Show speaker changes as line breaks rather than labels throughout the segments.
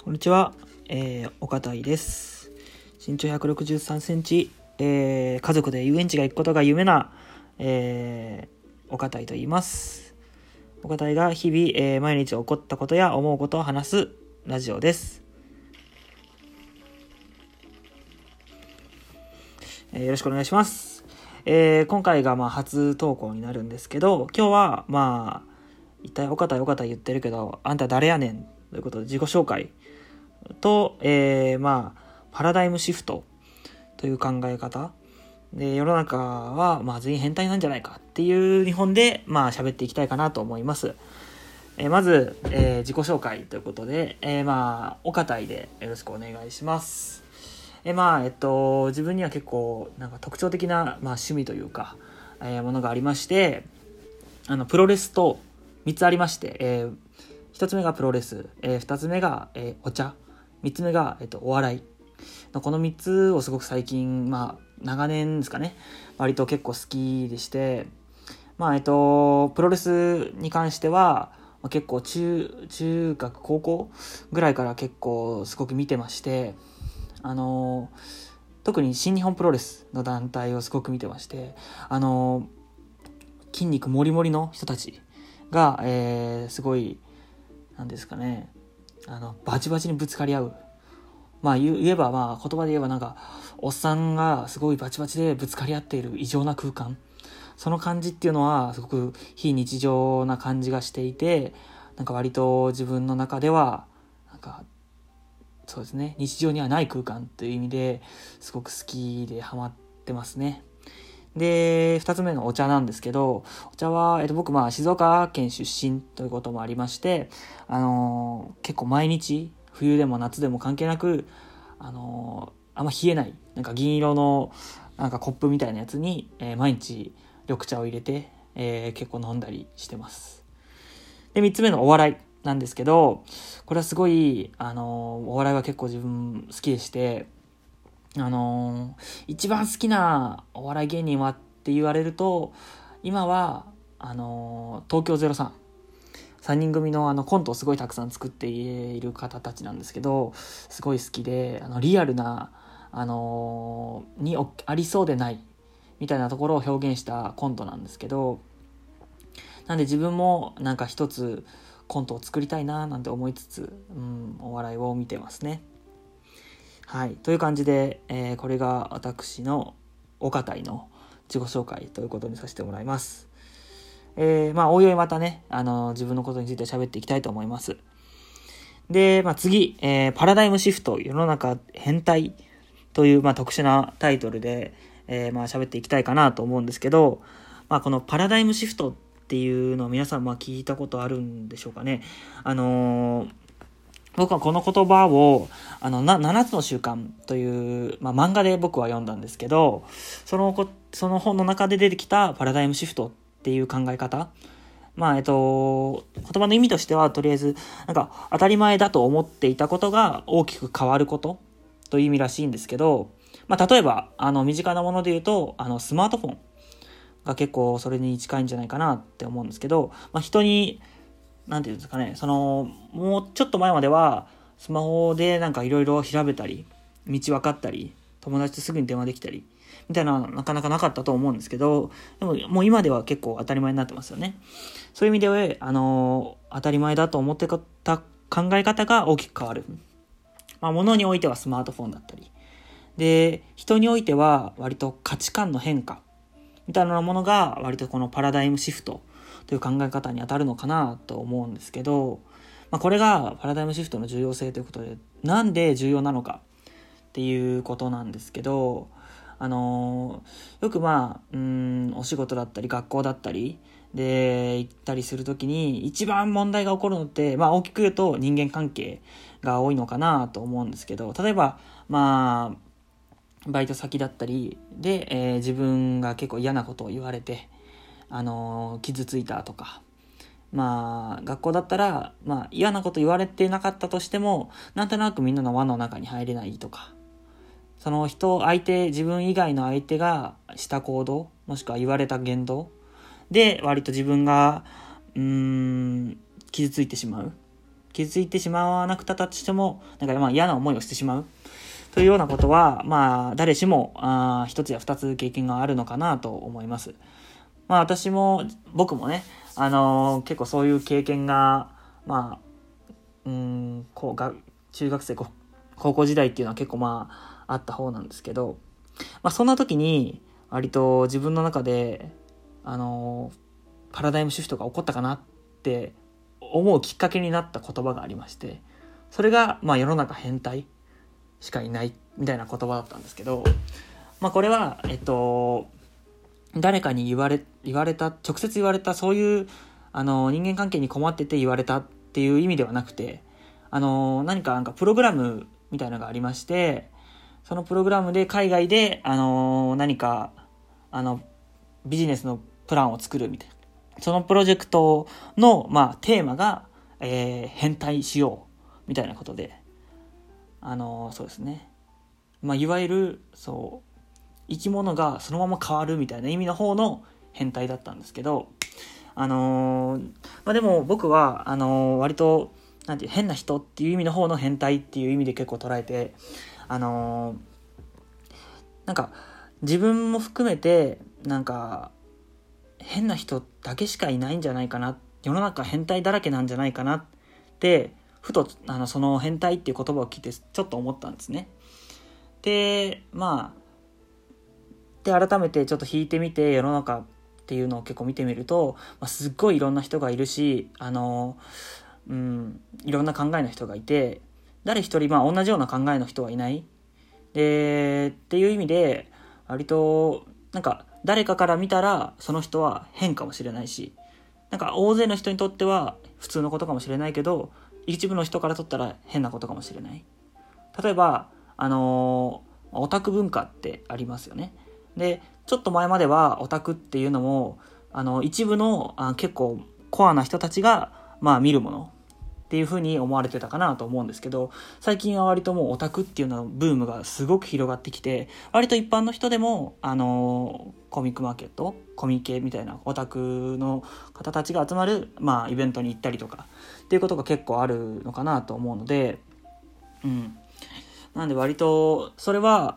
こんにちは、岡田井です。身長163センチ、家族で遊園地が行くことが夢な、岡田井と言います。岡田井が日々、毎日起こったことや思うことを話すラジオです。よろしくお願いします。今回が初投稿になるんですけど、今日は一体岡田井言ってるけど、あんた誰やねんということで自己紹介と、パラダイムシフトという考え方で、世の中は全員変態なんじゃないかっていう日本で喋っていきたいかなと思います。まず、自己紹介ということで、岡田井でよろしくお願いします。自分には結構特徴的な、趣味というか、ものがありまして、プロレスと3つありまして、1つ目がプロレス、2つ目が、お茶、3つ目が、お笑い。この3つをすごく最近、長年ですかね、割と結構好きでして、プロレスに関しては、結構中学、高校ぐらいから結構すごく見てまして、特に新日本プロレスの団体をすごく見てまして、筋肉もりもりの人たちが、すごい、なんですかね、バチバチにぶつかり合う。言えば言葉で言えばおっさんがすごいバチバチでぶつかり合っている異常な空間。その感じっていうのはすごく非日常な感じがしていて、割と自分の中ではそうですね、日常にはない空間という意味ですごく好きでハマってますね。で、2つ目のお茶なんですけど、お茶は、僕静岡県出身ということもありまして、結構毎日冬でも夏でも関係なくあんま冷えない銀色のコップみたいなやつに、毎日緑茶を入れて、結構飲んだりしてます。で、3つ目のお笑いなんですけど、これはすごいお笑いは結構自分好きでして、一番好きなお笑い芸人はって言われると、今は東京03人組のコントをすごいたくさん作っている方たちなんですけど、すごい好きで、リアルなにありそうでないみたいなところを表現したコントなんですけど、なんで自分も一つコントを作りたいななんて思いつつ、お笑いを見てますね。はい、という感じで、これが私の岡田井の自己紹介ということにさせてもらいます。おいおいまたね、自分のことについて喋っていきたいと思います。で、次、パラダイムシフト、世の中変態という、特殊なタイトルで、喋っていきたいかなと思うんですけど、このパラダイムシフトっていうのを皆さん聞いたことあるんでしょうかね。僕はこの言葉を7つの習慣という、漫画で僕は読んだんですけど、その本の中で出てきたパラダイムシフトっていう考え方、言葉の意味としてはとりあえず当たり前だと思っていたことが大きく変わることという意味らしいんですけど、例えば身近なもので言うとスマートフォンが結構それに近いんじゃないかなって思うんですけど、人になんていうんですかね、もうちょっと前まではスマホでいろいろ調べたり、道分かったり、友達とすぐに電話できたりみたいななかなかなかったと思うんですけど、でももう今では結構当たり前になってますよね。そういう意味では当たり前だと思ってた考え方が大きく変わる。物においてはスマートフォンだったりで、人においては割と価値観の変化みたいなものが割とこのパラダイムシフトという考え方に当たるのかなと思うんですけど、これがパラダイムシフトの重要性ということで、なんで重要なのかっていうことなんですけど、よくお仕事だったり学校だったりで行ったりするときに一番問題が起こるのって、大きく言うと人間関係が多いのかなと思うんですけど、例えばバイト先だったりで、自分が結構嫌なことを言われて傷ついたとか、学校だったら嫌なこと言われてなかったとしてもなんとなくみんなの輪の中に入れないとか、その自分以外の相手がした行動もしくは言われた言動で割と自分が傷ついてしまう気づいてしまわなくたとしても、嫌な思いをしてしまうというようなことは、誰しも一つや二つ経験があるのかなと思います。僕もね、結構そういう経験が、中学生、高校時代っていうのは結構あった方なんですけど、そんな時に割と自分の中でパラダイムシフトが起こったかなって思うきっかけになった言葉がありまして、それが世の中変態しかいないみたいな言葉だったんですけど、これは誰かに言われた、直接言われた、そういう人間関係に困ってて言われたっていう意味ではなくて、何かプログラムみたいなのがありまして、そのプログラムで海外で何かビジネスのプランを作るみたいな、そのプロジェクトのテーマが、変態しようみたいなことで、そうですね、いわゆる生き物がそのまま変わるみたいな意味の方の変態だったんですけど、でも僕は割と変な人っていう意味の方の変態っていう意味で結構捉えて、自分も含めて変な人だけしかいないんじゃないかな、世の中変態だらけなんじゃないかなってふとその変態っていう言葉を聞いてちょっと思ったんですね。で改めてちょっと引いてみて世の中っていうのを結構見てみると、すっごいいろんな人がいるし、いろんな考えの人がいて、誰一人同じような考えの人はいないでっていう意味で、割と誰かから見たらその人は変かもしれないし、大勢の人にとっては普通のことかもしれないけど、一部の人からとったら変なことかもしれない。例えばオタク文化ってありますよね。でちょっと前まではオタクっていうのも一部の結構コアな人たちが見るものっていう風に思われてたかなと思うんですけど、最近は割ともうオタクっていうのブームがすごく広がってきて、割と一般の人でもコミックマーケット、コミケみたいなオタクの方たちが集まるイベントに行ったりとかっていうことが結構あるのかなと思うので、なんで割とそれは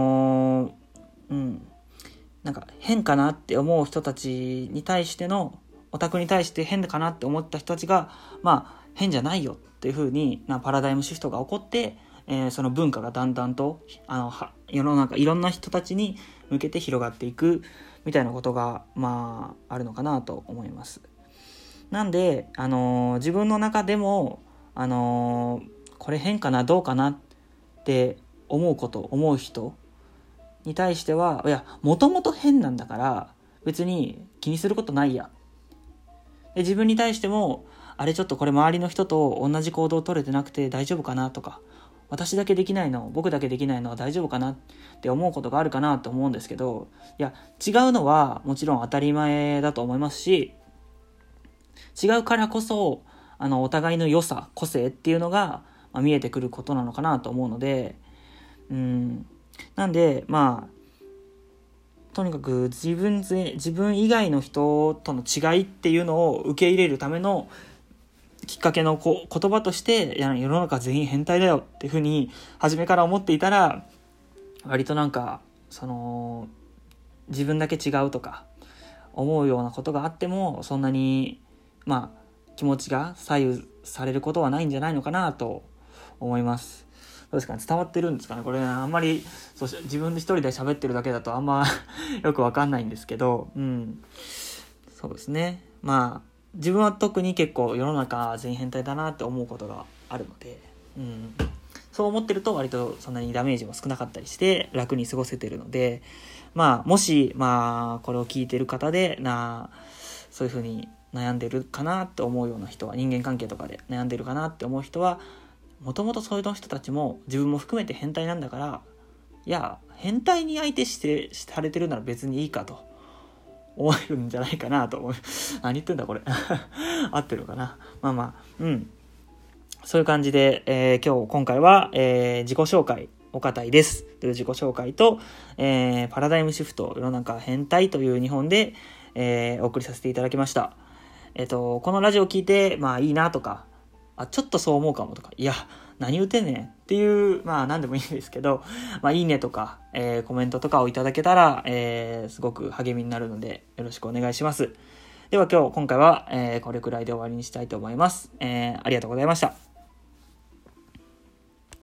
変かなって思う人たちに対しての、オタクに対して変かなって思った人たちが変じゃないよっていう風にパラダイムシフトが起こって、その文化がだんだんと世の中いろんな人たちに向けて広がっていくみたいなことがあるのかなと思います。なんで自分の中でもこれ変かなどうかなって思う人に対しては、いやもともと変なんだから別に気にすることないや。で自分に対しても、あれちょっとこれ周りの人と同じ行動を取れてなくて大丈夫かなとか、僕だけできないのは大丈夫かなって思うことがあるかなと思うんですけど、いや違うのはもちろん当たり前だと思いますし、違うからこそお互いの良さ、個性っていうのが見えてくることなのかなと思うので、なんでとにかく自分以外の人との違いっていうのを受け入れるためのきっかけの言葉として、世の中全員変態だよっていうふうに初めから思っていたら、割と自分だけ違うとか思うようなことがあっても、そんなに気持ちが左右されることはないんじゃないのかなと思います。どうですかね、伝わってるんですかね。これあんまり自分で一人で喋ってるだけだとあんまよくわかんないんですけど、そうですね。自分は特に結構世の中全員変態だなって思うことがあるので、そう思ってると割とそんなにダメージも少なかったりして楽に過ごせてるので、もしこれを聞いてる方でそういう風に悩んでるかなって思うような人は、人間関係とかで悩んでるかなって思う人は、もともとそういう人たちも自分も含めて変態なんだから、いや変態に相手されてるなら別にいいかと思えるんじゃないかなと思う。何言ってんだこれ合ってるかな。そういう感じで、今回は、自己紹介お堅いですという自己紹介と、パラダイムシフト世の中変態という2本で、お送りさせていただきました。このラジオを聞いていいなとかちょっとそう思うかもとか、いや、何言うてんねんっていう、何でもいいんですけど、いいねとか、コメントとかをいただけたら、すごく励みになるので、よろしくお願いします。では今回は、これくらいで終わりにしたいと思います。ありがとうございました。